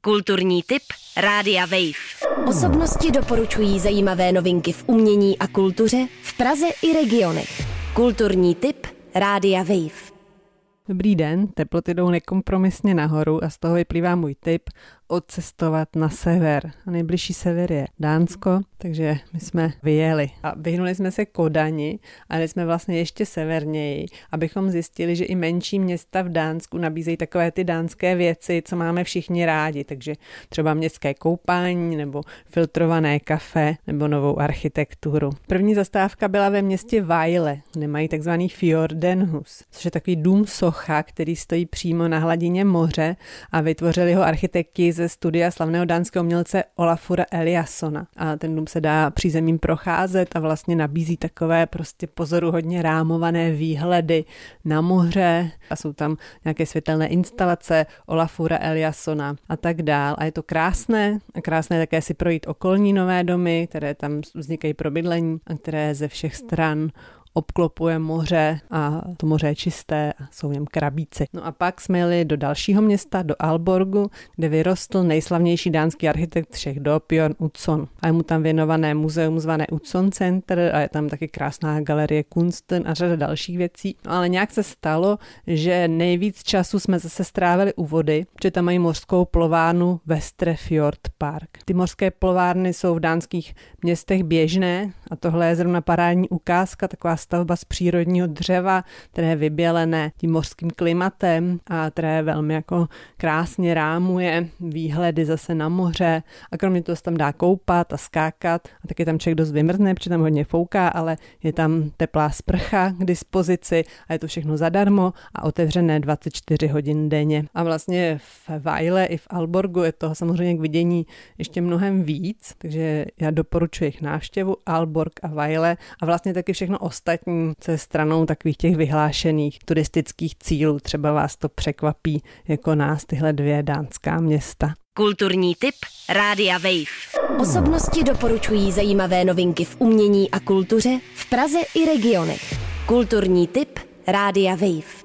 Kulturní tip Rádia Wave. Osobnosti doporučují zajímavé novinky v umění a kultuře v Praze i regionech. Kulturní tip Rádia Wave. Dobrý den, teploty jdou nekompromisně nahoru a z toho vyplývá můj tip odcestovat na sever. A nejbližší sever je Dánsko, takže my jsme vyjeli a vyhnuli jsme se Kodani a jeli jsme vlastně ještě severněji, abychom zjistili, že i menší města v Dánsku nabízejí takové ty dánské věci, co máme všichni rádi, takže třeba městské koupání nebo filtrované kafe nebo novou architekturu. První zastávka byla ve městě Vejle, kde mají takzvaný Fjordenhus, což je takový dům socha, který stojí přímo na hladině moře a vytvořili ho architekti ze studia slavného dánského umělce Olafura Eliassona. A ten dům se dá přízemím procházet a vlastně nabízí takové prostě pozoruhodně rámované výhledy na moře a jsou tam nějaké světelné instalace Olafura Eliassona a tak dál. A je to krásné. A krásné také si projít okolní nové domy, které tam vznikají pro bydlení a které ze všech stran obklopuje moře a to moře je čisté a jsou jen krabíci. No a pak jsme jeli do dalšího města, do Aalborgu, kde vyrostl nejslavnější dánský architekt všech dob Bjørn Utzon. A je mu tam věnované muzeum zvané Utzon Center a je tam taky krásná galerie Kunsten a řada dalších věcí. No ale nějak se stalo, že nejvíc času jsme zase strávili u vody, protože tam mají mořskou plovárnu Vestrefjord Park. Ty mořské plovárny jsou v dánských městech běžné a tohle je zrovna parádní ukázka, taková stavba z přírodního dřeva, které je vybělené tím mořským klimatem a které velmi jako krásně rámuje výhledy zase na moře a kromě toho se tam dá koupat a skákat a taky tam člověk dost vymrzne, protože tam hodně fouká, ale je tam teplá sprcha k dispozici a je to všechno zadarmo a otevřené 24 hodin denně. A vlastně v Vejle i v Aalborgu je toho samozřejmě k vidění ještě mnohem víc, takže já doporučuji jejich návštěvu Aalborg a Vejle a vlastně taky všechno ostatní se stranou takových těch vyhlášených turistických cílů. Třeba vás to překvapí jako nás tyhle dvě dánská města. Kulturní tip Rádia Wave. Osobnosti doporučují zajímavé novinky v umění a kultuře v Praze i regionech. Kulturní tip Rádia Wave.